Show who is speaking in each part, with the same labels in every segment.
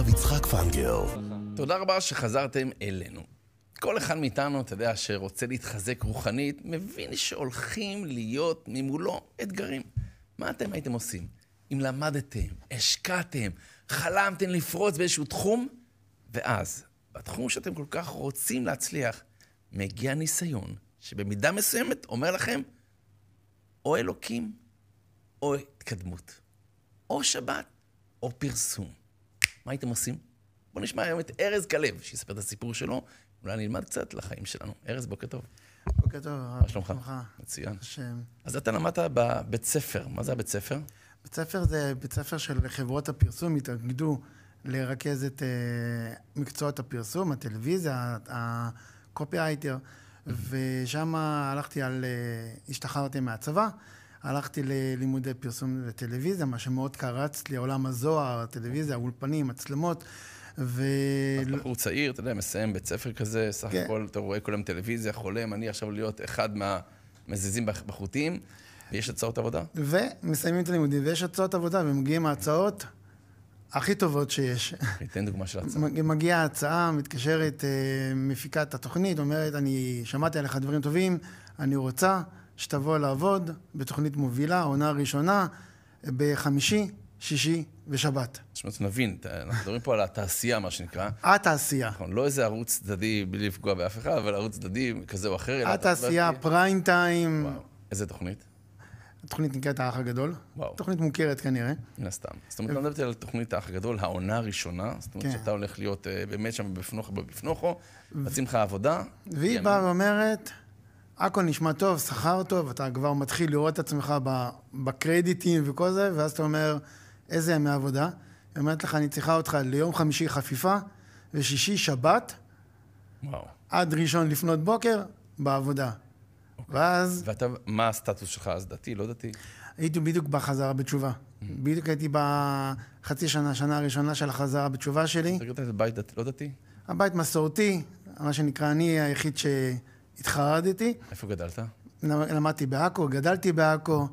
Speaker 1: הרב יצחק פנגר.
Speaker 2: תודה רבה שחזרתם אלינו. כל אחד מאיתנו, אתה יודע, שרוצה להתחזק רוחנית, מבין שהולכים להיות ממולו אתגרים. מה אתם הייתם עושים? אם למדתם, השקעתם, חלמתם לפרוץ באיזשהו תחום, ואז, בתחום שאתם כל כך רוצים להצליח, מגיע ניסיון שבמידה מסוימת אומר לכם, או אלוקים, או התקדמות, או שבת, או פרסום. מה הייתם עושים? בואו נשמע היום את ארז כלב, שיספר את הסיפור שלו, אולי נלמד קצת לחיים שלנו. ארז, בוקר טוב.
Speaker 3: בוקר טוב.
Speaker 2: מה שלומך? מצוין. אז אתה למדת בבית ספר. מה זה הבית ספר?
Speaker 3: בית ספר זה בית ספר של חברות הפרסום, התאגדו לרכז את מקצועות הפרסום, הטלוויזיה, הקופי-הייטר, ושם השתחררתי מהצבא, הלכתי ללימודי פרסום וטלוויזיה, מה שמאוד קרץ לי, עולם הזוהר, הטלוויזיה, האולפנים, מצלמות,
Speaker 2: אז בחור צעיר, אתה יודע, מסיים בית ספר כזה, סך הכל, אתה רואה כל היום טלוויזיה, חולם, אני עכשיו להיות אחד מהמזיזים בחוטים, ויש הצעות עבודה?
Speaker 3: ומסיימים את הלימודים, ויש הצעות עבודה, ומגיעים ההצעות הכי טובות שיש.
Speaker 2: תן דוגמה של הצעה.
Speaker 3: מגיעה ההצעה, מתקשרת מפיקת התוכנית, אומרת, אני שמעתי עליך דברים טובים, אני רוצה שתבוא לעבוד בתוכנית מובילה, עונה ראשונה, בחמישי, שישי ושבת.
Speaker 2: זאת אומרת, נבין, אנחנו מדברים פה על התעשייה, מה שנקרא.
Speaker 3: התעשייה.
Speaker 2: נכון, לא איזה ערוץ צדדי בלי לפגוע באף אחד, אבל ערוץ צדדי כזה או אחר.
Speaker 3: התעשייה, פריים טיים.
Speaker 2: וואו, איזה תוכנית?
Speaker 3: התוכנית נקראת האח הגדול.
Speaker 2: וואו.
Speaker 3: תוכנית מוכרת כנראה.
Speaker 2: מן הסתם. זאת אומרת, לא מדברתי על תוכנית האח הגדול, העונה הראשונה. זאת אומרת, שאתה הולך להיות באמת שם בפנוכו, מצאים לך עבודה.
Speaker 3: והיא באה ואומרת, הכל נשמע טוב, שכר טוב, אתה כבר מתחיל לראות את עצמך בקרדיטים וכל זה, ואז אתה אומר, איזה ימי עבודה? היא אומרת לך, אני צריכה אותך ליום חמישי חפיפה, ושישי שבת,
Speaker 2: וואו.
Speaker 3: עד ראשון לפנות בוקר, בעבודה. ואז...
Speaker 2: ואתה, מה הסטטוס שלך? אז דתי, לא דתי?
Speaker 3: הייתי בדיוק בחזרה בתשובה. בדיוק הייתי בחצי שנה הראשונה של החזרה בתשובה שלי.
Speaker 2: תגיד, אתה בית דתי, לא דתי?
Speaker 3: הבית מסורתי, מה שנקרא, אני היחיד שהתחרדתי.
Speaker 2: איפה גדלת?
Speaker 3: למדתי בעכו, גדלתי בעכו,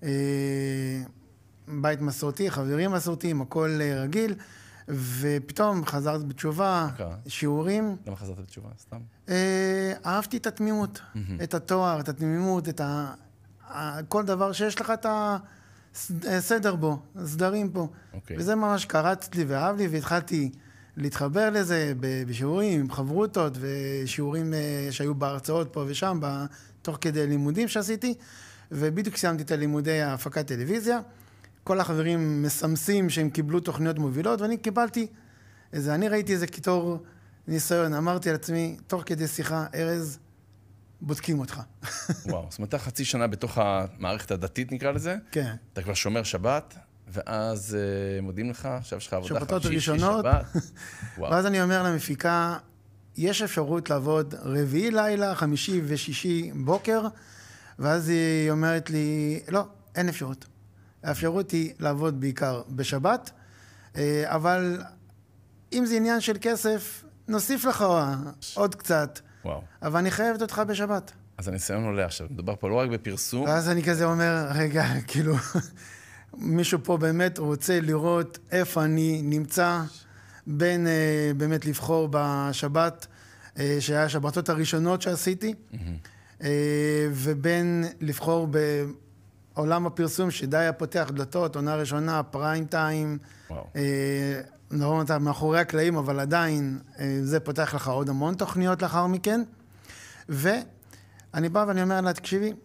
Speaker 3: בית מסורתי, חברים מסורתיים, הכל רגיל, ופתאום חזרת בתשובה, שיעורים.
Speaker 2: למה חזרת בתשובה? סתם?
Speaker 3: אהבתי את התמימות, את התואר, את התמימות, כל דבר שיש לך את הסדר בו, הסדרים פה. וזה ממש קרץ לי ואהב לי, והתחלתי להתחבר לזה בשיעורים, עם חברותות, ושיעורים שהיו בהרצאות פה ושם, תוך כדי לימודים שעשיתי, ובדיוק סיימתי את לימודי ההפקת טלוויזיה. כל החברים מסמסים שהם קיבלו תוכניות מובילות, ואני קיבלתי אני ראיתי איזה כתור ניסיון, אמרתי על עצמי, תוך כדי שיחה, ארז, בודקים אותך.
Speaker 2: וואו, זאת אומרת, חצי שנה בתוך המערכת הדתית נקרא לזה.
Speaker 3: כן.
Speaker 2: אתה כבר שומר שבת, ואז מודיעים לך, עכשיו יש לך עבודה
Speaker 3: שבתות
Speaker 2: חמישי,
Speaker 3: ראשונות.
Speaker 2: שבת.
Speaker 3: ואז אני אומר למפיקה, יש אפשרות לעבוד רביעי לילה, חמישי ושישי בוקר, ואז היא אומרת לי, לא, אין אפשרות. האפשרות היא לעבוד בעיקר בשבת, אבל אם זה עניין של כסף, נוסיף לך עוד קצת.
Speaker 2: וואו.
Speaker 3: אבל אני חייבת אותך בשבת.
Speaker 2: אז הניסיון עולה עכשיו, מדובר פה לא רק בפרסום.
Speaker 3: ואז אני כזה אומר, רגע, כאילו, מישהו פה באמת רוצה לראות איפה אני נמצא, בין באמת לבחור בשבת, שהיה השבתות הראשונות שעשיתי, ובין לבחור בעולם הפרסום שדי היה פותח דלתות, עונה ראשונה, פריים טיים, נורא אתה מאחורי הקלעים, אבל עדיין זה פותח לך עוד המון תוכניות לאחר מכן. ואני בא ואני אומר לה, תקשיבי,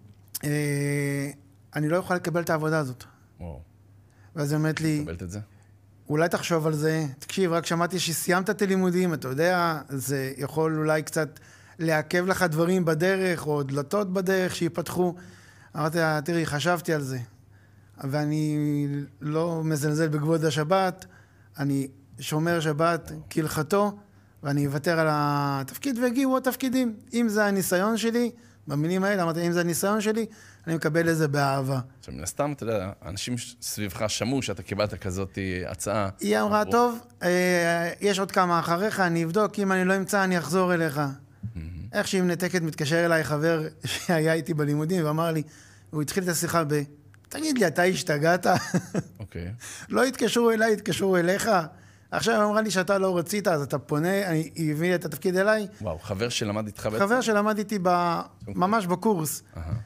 Speaker 3: אני לא יכול לקבל את העבודה הזאת.
Speaker 2: וואו.
Speaker 3: ואז היא אומרת לי,
Speaker 2: קבלת את זה?
Speaker 3: אולי תחשוב על זה, תקשיב, רק שמעתי שסיימת את הלימודים, אתה יודע, זה יכול אולי קצת לעכב לך דברים בדרך, או דלתות בדרך שיפתחו. אמרתי לה, תראי, חשבתי על זה, ואני לא מזלזל בכבוד השבת, אני שומר שבת כהלכתו, ואני אוותר על התפקיד, והגיעו עוד תפקידים. אם זה הניסיון שלי, במילים האלה, אמרתי, אם זה הניסיון שלי, אני מקבל את זה באהבה.
Speaker 2: עכשיו, מן הסתם, אתה יודע, אנשים סביבך שמעו שאתה קיבלת כזאת הצעה.
Speaker 3: היא אמרה, טוב, יש עוד כמה אחריך, אני אבדוק, אם אני לא אמצא, אני אחזור אליך. איך שהיא מנתקת, מתקשר אליי חבר שהיה איתי בלימודים, ואמר לי, הוא התחיל את השיחה תגיד לי, אתה השתגעת?
Speaker 2: אוקיי.
Speaker 3: לא התקשרו אליי, התקשרו אליך. עכשיו היא אמרה לי שאתה לא רצית, אז אתה פונה, היא הביאה את התפקיד אליי.
Speaker 2: וואו, חבר שלמד איתך בעצם?
Speaker 3: חבר שלמד איתי ממש בקורס.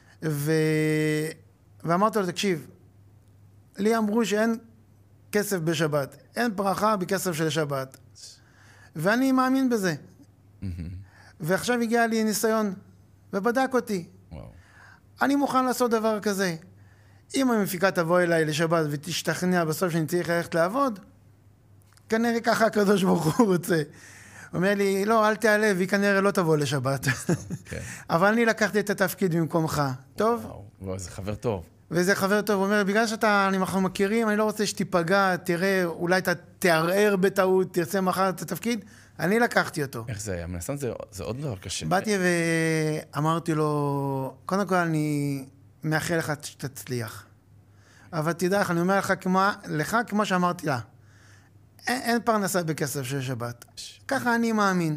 Speaker 3: ואמרתי לו, תקשיב, לי אמרו שאין כסף בשבת, אין ברכה בכסף של שבת. ואני מאמין בזה. ועכשיו הגיע לי ניסיון, ובדק אותי. אני מוכן לעשות דבר כזה. אם המפיקה תבוא אליי לשבת ותשתכנע בסוף שאני צריך ללכת לעבוד, כנראה ככה הקדוש ברוך הוא רוצה. הוא אומר לי, לא, אל תעלה, והיא כנראה לא תבוא לשבת. אבל אני לקחתי את התפקיד במקומך. טוב?
Speaker 2: וואו, זה חבר טוב.
Speaker 3: וזה חבר טוב. הוא אומר, בגלל אנחנו מכירים, אני לא רוצה שתיפגע, תראה, אולי אתה תערער בטעות, תרצה מחר את התפקיד. אני לקחתי אותו.
Speaker 2: איך זה היה? מנסן זה עוד דבר קשה.
Speaker 3: באתי ואמרתי לו, קודם כל אני מאחל לך שתצליח. אבל תדע לך, אני אומר לך כמו שאמרתי לה, אין פרנסה בכסף של שבת. ככה אני מאמין.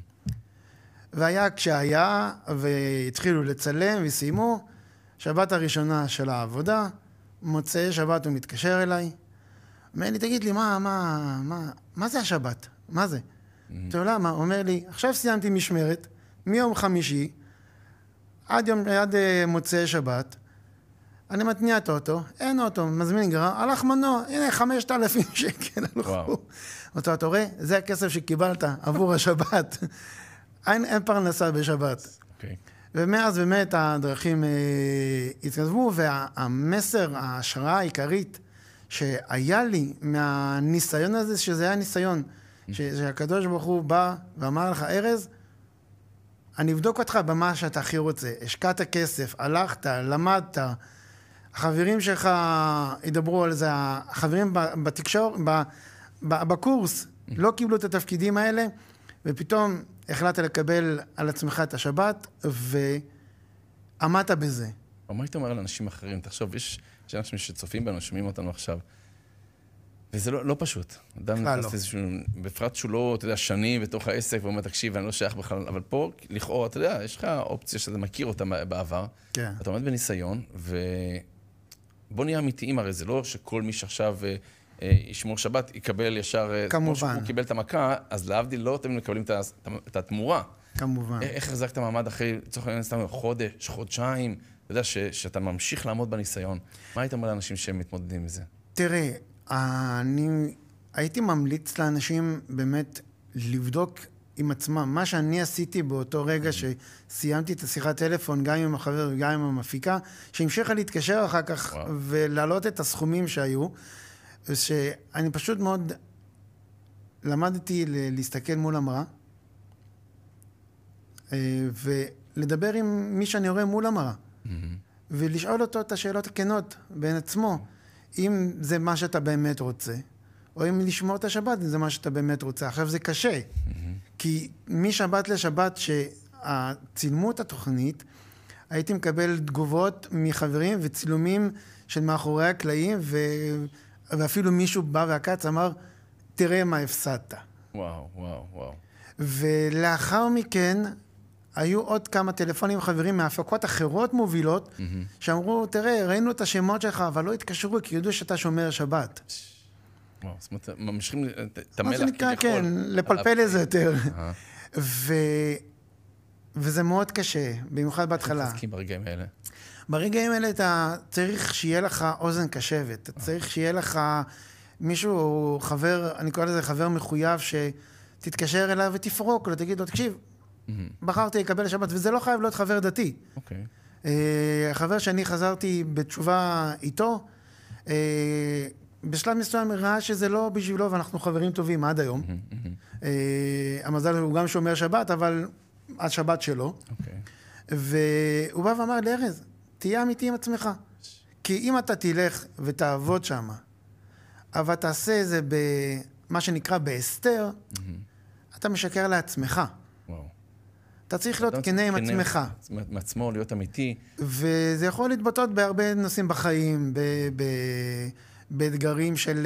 Speaker 3: והיה כשהיה, והתחילו לצלם וסיימו, שבת הראשונה של העבודה, מוצאי שבת הוא מתקשר אליי, אומר לי, תגיד לי, מה זה השבת? מה זה? אתה יודע מה? הוא אומר לי, עכשיו סיימתי משמרת, מיום חמישי, עד מוצאי שבת, אני מתניע את האוטו, אין אוטו, מזמין גרר, הלך מנוע, הנה 5,000 שקל הלכו. אתה רואה? זה הכסף שקיבלת עבור השבת. אין פרנסה בשבת. ומאז באמת הדרכים התכתבו, והמסר, ההשראה העיקרית שהיה לי מהניסיון הזה, שזה היה ניסיון, שהקדוש ברוך הוא בא ואמר לך, ארז, אני אבדוק אותך במה שאתה הכי רוצה. השקעת כסף, הלכת, למדת, החברים שלך ידברו על זה, החברים בתקשור, בקורס, לא קיבלו את התפקידים האלה, ופתאום החלטת לקבל על עצמך את השבת, ועמדת בזה.
Speaker 2: מה היית אומר לאנשים אחרים? תחשוב, יש אנשים שצופים בנו, שומעים אותנו עכשיו, וזה לא פשוט. אדם נכנס איזשהו, בפרט שהוא לא, אתה יודע, שני בתוך העסק, ואומר, תקשיב, אני לא שייך בכלל, אבל פה, לכאורה, אתה יודע, יש לך אופציה שאתה מכיר אותה בעבר,
Speaker 3: כן.
Speaker 2: אתה עומד בניסיון, ובוא נהיה אמיתיים, הרי זה לא שכל מי שעכשיו ישמור שבת, יקבל ישר,
Speaker 3: כמובן.
Speaker 2: הוא קיבל את המכה, אז להבדיל לא אתם מקבלים את התמורה.
Speaker 3: כמובן.
Speaker 2: איך החזקת מעמד אחרי, צורך העניין, סתם חודש, חודשיים, אתה יודע, שאתה ממשיך לעמוד בניסיון. מה היית אומר לאנשים שהם מתמודדים עם זה?
Speaker 3: תראה, אני הייתי ממליץ לאנשים באמת לבדוק עם עצמם. מה שאני עשיתי באותו רגע שסיימתי את השיחת טלפון, גם עם החבר וגם עם המפיקה, שהמשיכה להתקשר אחר כך ולהעלות את הסכומים שהיו, שאני פשוט מאוד למדתי להסתכל מול המראה, ולדבר עם מי שאני רואה מול המראה, ולשאול אותו את השאלות הכנות בין עצמו, אם זה מה שאתה באמת רוצה, או אם לשמור את השבת, אם זה מה שאתה באמת רוצה. עכשיו זה קשה, כי משבת לשבת שצילמו את התוכנית, הייתי מקבל תגובות מחברים וצילומים של מאחורי הקלעים, ואפילו מישהו בא והקץ אמר, תראה מה הפסדת.
Speaker 2: וואו, וואו, וואו.
Speaker 3: ולאחר מכן, היו עוד כמה טלפונים חברים מהפקות אחרות מובילות, שאמרו, תראה, ראינו את השמות שלך, אבל לא התקשרו, כי ידעו שאתה שומר שבת.
Speaker 2: וואו, זאת אומרת, ממשיכים את המלח
Speaker 3: מה זה נקרא, כן, לפלפל לזה יותר. וזה מאוד קשה, במיוחד בהתחלה.
Speaker 2: איך חזקים ברגעים האלה?
Speaker 3: ברגעים האלה אתה צריך שיהיה לך אוזן קשבת, אתה צריך שיהיה לך מישהו, חבר, אני קורא לזה חבר מחויב, שתתקשר אליו ותפרוק לו, תגיד לו, תקשיב, בחרתי לקבל לשבת, וזה לא חייב להיות חבר דתי.
Speaker 2: אוקיי.
Speaker 3: החבר שאני חזרתי בתשובה איתו, בשלב מסוים ראה שזה לא בשבילו, ואנחנו חברים טובים עד היום. המזל הוא גם שומר שבת, אבל השבת שלו. והוא בא ואמר לי, ארז, תהיה אמיתי עם עצמך. כי אם אתה תלך ותעבוד שם, אבל תעשה איזה מה שנקרא בהסתר, אתה משקר לעצמך. אתה צריך להיות כנה עם עצמך.
Speaker 2: מעצמו, להיות אמיתי.
Speaker 3: וזה יכול להתבטאות בהרבה נושאים בחיים, באתגרים של...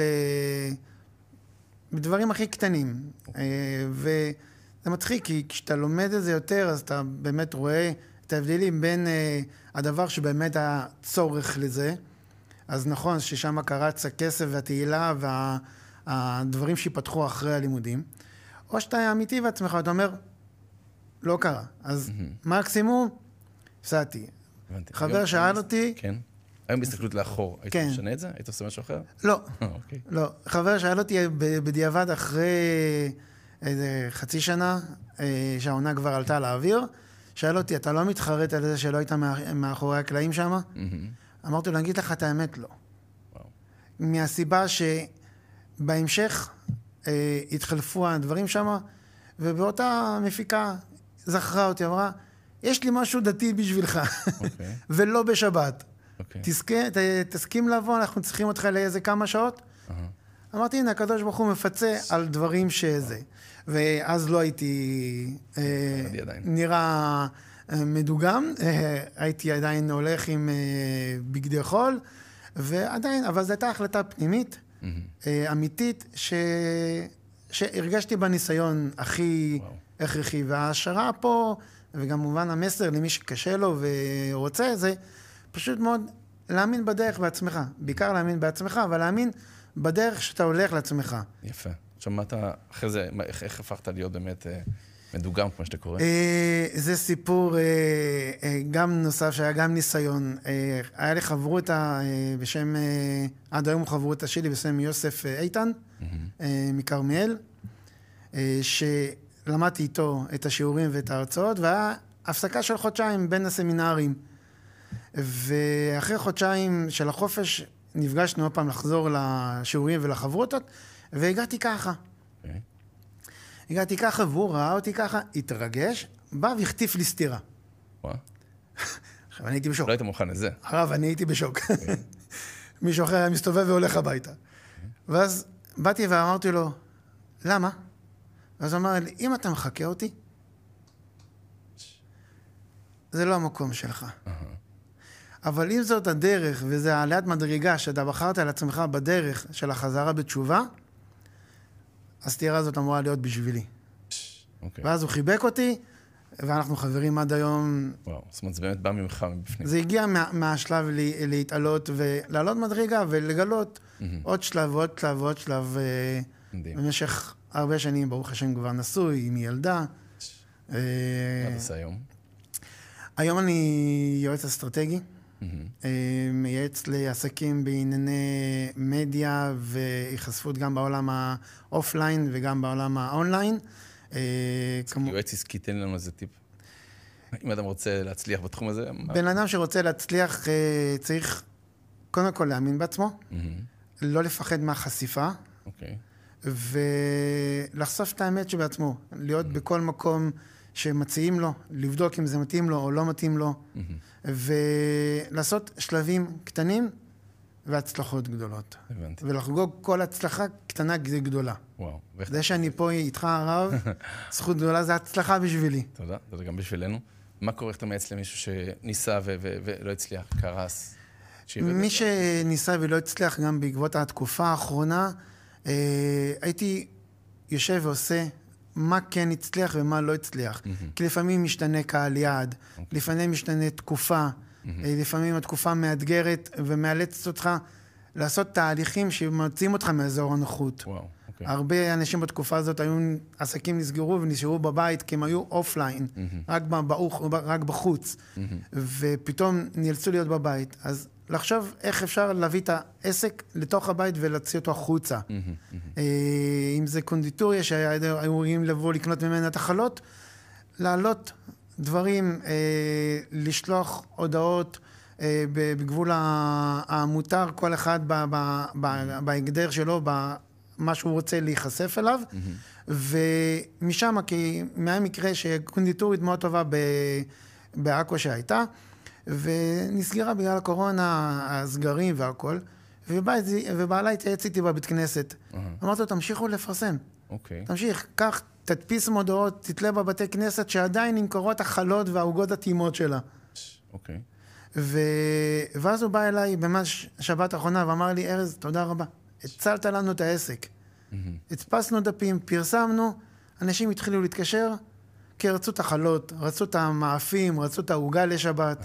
Speaker 3: בדברים הכי קטנים. וזה מצחיק, כי כשאתה לומד את זה יותר, אז אתה באמת רואה את ההבדלים בין הדבר שבאמת הצורך לזה. אז נכון ששם קרץ הכסף והתהילה הדברים שיפתחו אחרי הלימודים, או שאתה אמיתי בעצמך, ואתה אומר, לא קרה. אז מקסימום, הפסדתי. חבר שאל אותי...
Speaker 2: כן. היום בהסתכלות לאחור, היית משנה את זה? היית עושה משהו אחר?
Speaker 3: לא. לא. חבר שאל אותי בדיעבד אחרי איזה חצי שנה, שהעונה כבר עלתה לאוויר, שאל אותי, אתה לא מתחרט על זה שלא היית מאחורי הקלעים שם? אמרתי לו, נגיד לך את האמת, לא. מהסיבה שבהמשך התחלפו הדברים שם, ובאותה מפיקה זכרה אותי, אמרה, יש לי משהו דתי בשבילך, ולא בשבת. תסכים לבוא, אנחנו צריכים אותך לאיזה כמה שעות. אמרתי, הנה, הקדוש ברוך הוא מפצה על דברים שזה. ואז לא הייתי נראה מדוגם, הייתי עדיין הולך עם בגדי חול, ועדיין, אבל זו הייתה החלטה פנימית, אמיתית, שהרגשתי בניסיון הכי הכרחי. וההשערה פה, וגם מובן המסר למי שקשה לו ורוצה, זה פשוט מאוד להאמין בדרך בעצמך. בעיקר להאמין בעצמך, אבל להאמין בדרך שאתה הולך לעצמך.
Speaker 2: יפה. שמעת אחרי זה, איך הפכת להיות באמת מדוגם, כמו שאתה קורא?
Speaker 3: זה סיפור גם נוסף, שהיה גם ניסיון. היה לי חברותה בשם, עד היום חברותה שלי בשם יוסף איתן, מכרמיאל, שלמדתי איתו את השיעורים ואת ההרצאות, והיה הפסקה של חודשיים בין הסמינרים. ואחרי חודשיים של החופש, נפגשנו עוד פעם לחזור לשיעורים ולחברותות, והגעתי ככה. הגעתי ככה, והוא ראה אותי ככה, התרגש, בא והחטיף לי סתירה. עכשיו, אני הייתי בשוק.
Speaker 2: לא היית מוכן לזה.
Speaker 3: הרב, אני הייתי בשוק. מישהו אחר היה מסתובב והולך הביתה. ואז באתי ואמרתי לו, למה? ואז הוא אמר לי, אם אתה מחכה אותי, זה לא המקום שלך. אבל אם זאת הדרך, וזה העליית מדרגה שאתה בחרת על עצמך בדרך של החזרה בתשובה, הסתירה הזאת אמורה להיות בשבילי. ואז הוא חיבק אותי, ואנחנו חברים עד היום.
Speaker 2: וואו, זאת אומרת, זה באמת בא ממך מבפנים.
Speaker 3: זה הגיע מהשלב להתעלות ולעלות מדרגה ולגלות עוד שלב ועוד שלב ועוד שלב. במשך הרבה שנים, ברוך השם, כבר נשוי, עם ילדה.
Speaker 2: מה אתה עושה היום?
Speaker 3: היום אני יועץ אסטרטגי. מייעץ לעסקים בענייני מדיה והיחשפות גם בעולם האופליין וגם בעולם האונליין.
Speaker 2: יועץ עסקי, תן לנו איזה טיפ. אם אדם רוצה להצליח בתחום הזה?
Speaker 3: בן אדם שרוצה להצליח צריך קודם כל להאמין בעצמו, לא לפחד מהחשיפה, ולחשוף את האמת שבעצמו, להיות בכל מקום שמציעים לו, לבדוק אם זה מתאים לו או לא מתאים לו, ולעשות שלבים קטנים והצלחות גדולות.
Speaker 2: הבנתי.
Speaker 3: ולחגוג כל הצלחה קטנה גדולה.
Speaker 2: וואו.
Speaker 3: זה שאני פה איתך הרב, זכות גדולה, זה הצלחה בשבילי.
Speaker 2: תודה, תודה גם בשבילנו. מה קורה, איך אתה מייעץ למישהו שניסה ולא הצליח, קרס?
Speaker 3: מי שניסה ולא הצליח גם בעקבות התקופה האחרונה, הייתי יושב ועושה מה כן הצליח ומה לא הצליח. כי לפעמים משתנה קהל יעד, לפעמים משתנה תקופה, לפעמים התקופה מאתגרת ומאלצת אותך לעשות תהליכים שמוצאים אותך מאזור הנוחות. הרבה אנשים בתקופה הזאת היו עסקים נסגרו ונשארו בבית כי הם היו אופליין, רק בחוץ, ופתאום נאלצו להיות בבית. אז לחשוב איך אפשר להביא את העסק לתוך הבית ולהוציא אותו החוצה. אם זה קונדיטוריה שהיו רגילים לבוא לקנות ממנה את החלות, להעלות דברים, לשלוח הודעות בגבול המותר, כל אחד בהגדר שלו, במה שהוא רוצה להיחשף אליו, ומשם, כי מהמקרה שקונדיטורית מאוד טובה בעכו שהייתה, ונסגרה בגלל הקורונה, הסגרים והכל, ובעלה התייעץ איתי בבית כנסת. אמרתי לו, תמשיכו לפרסם. תמשיך, קח, תדפיס מודעות, תתלה בבתי כנסת שעדיין נמכרות החלות והעוגות הטעימות שלה. ואז הוא בא אליי ממש שבת האחרונה ואמר לי, ארז, תודה רבה. הצלת לנו את העסק. הדפסנו דפים, פרסמנו, אנשים התחילו להתקשר, כי רצו את החלות, רצו את המאפים, רצו את העוגה לשבת,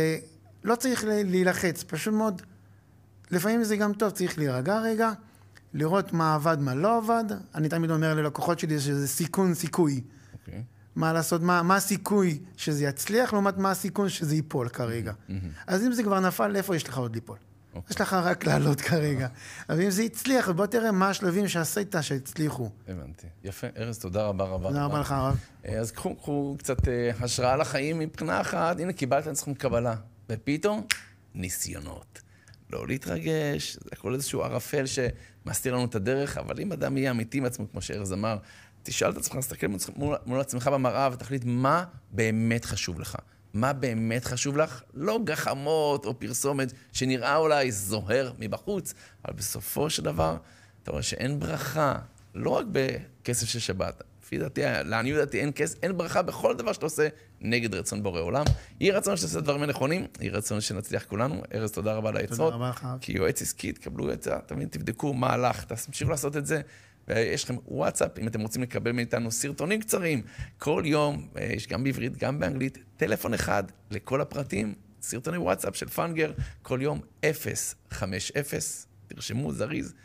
Speaker 3: ולא צריך להילחץ, פשוט מאוד, לפעמים זה גם טוב, צריך להירגע רגע, לראות מה עבד, מה לא עבד. אני תמיד אומר ללקוחות שלי שזה סיכון, סיכוי.
Speaker 2: אוקיי.
Speaker 3: מה לעשות, מה הסיכוי שזה יצליח, לעומת מה הסיכון שזה ייפול כרגע. אז אם זה כבר נפל, איפה יש לך עוד ליפול? יש לך רק לעלות כרגע. אבל אם זה יצליח, בוא תראה מה השלבים שעשית שהצליחו.
Speaker 2: הבנתי. יפה. ארז, תודה רבה רבה.
Speaker 3: תודה רבה לך, הרב.
Speaker 2: אז קחו קצת השראה לחיים מבחינה אחת. הנה, קיבלתם סכום קבלה. ופתאום, ניסיונות. לא להתרגש, זה הכל איזשהו ערפל שמסתיר לנו את הדרך, אבל אם אדם יהיה אמיתי עם עצמו, כמו שארז אמר, תשאל את עצמך, תסתכל מול עצמך במראה ותחליט מה באמת חשוב לך. מה באמת חשוב לך? לא גחמות או פרסומת שנראה אולי זוהר מבחוץ, אבל בסופו של דבר, אתה רואה שאין ברכה, לא רק בכסף של שבת. לפי דעתי, לעניות דעתי, אין ברכה בכל דבר שאתה עושה נגד רצון בורא עולם. יהי רצון שתעשה דברים הנכונים, יהי רצון שנצליח כולנו. ארז, תודה רבה על העצות.
Speaker 3: תודה רבה לך.
Speaker 2: כי יועץ עסקי, תקבלו את זה, תמיד תבדקו מה הלך, תמשיכו לעשות את זה. ויש לכם וואטסאפ, אם אתם רוצים לקבל מאיתנו סרטונים קצרים, כל יום, יש גם בעברית, גם באנגלית, טלפון אחד לכל הפרטים, סרטוני וואטסאפ של פאנגר, כל יום 050, תרשמו זריז,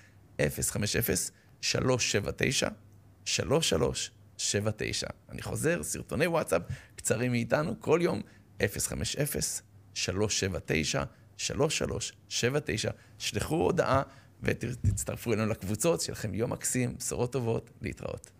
Speaker 2: 050-379-3379. אני חוזר, סרטוני וואטסאפ קצרים מאיתנו, כל יום 050-379-3379. שלחו הודעה ותצטרפו אלינו לקבוצות, שיהיה לכם יום מקסים, בשורות טובות, להתראות.